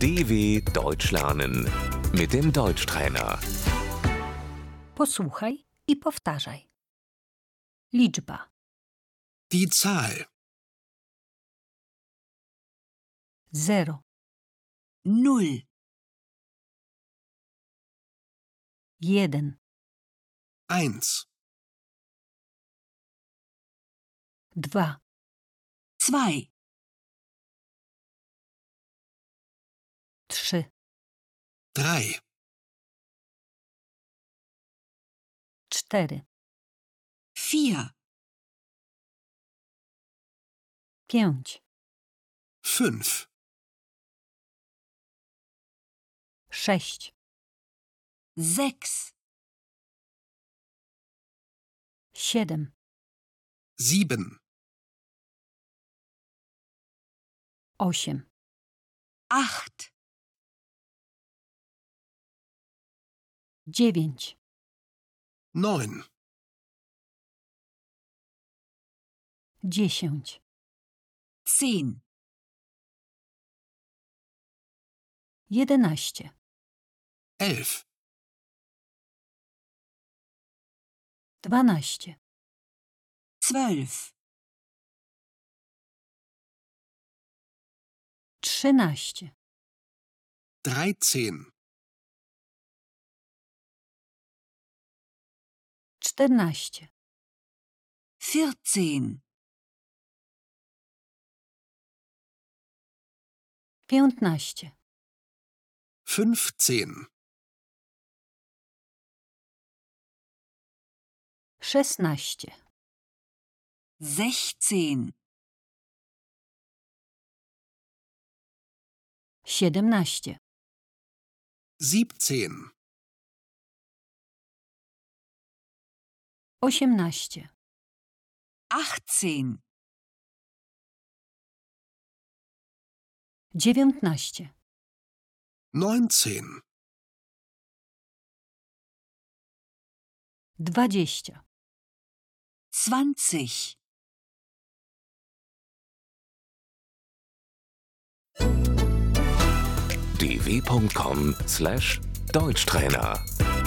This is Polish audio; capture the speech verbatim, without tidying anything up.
D W Deutsch lernen mit dem Deutschtrainer. Posłuchaj i powtarzaj. Liczba Die Zahl zero, Null, jeden, eins, dwa, zwei, trzy, drei, cztery, vier, pięć, fünf, sześć, sechs, siedem, sieben, osiem, acht, dziewięć, neun, dziesięć, zehn, jedenaście, elf, dwanaście, zwölf, trzynaście, dreizehn, czternaście, vierzehn, piętnaście, fünfzehn, szesnaście, sechzehn, siedemnaście, siebzehn, osiemnaście, achtzehn, dziewiętnaście, neunzehn, dwadzieścia, zwanzig. d w punkt com slash Deutschtrainer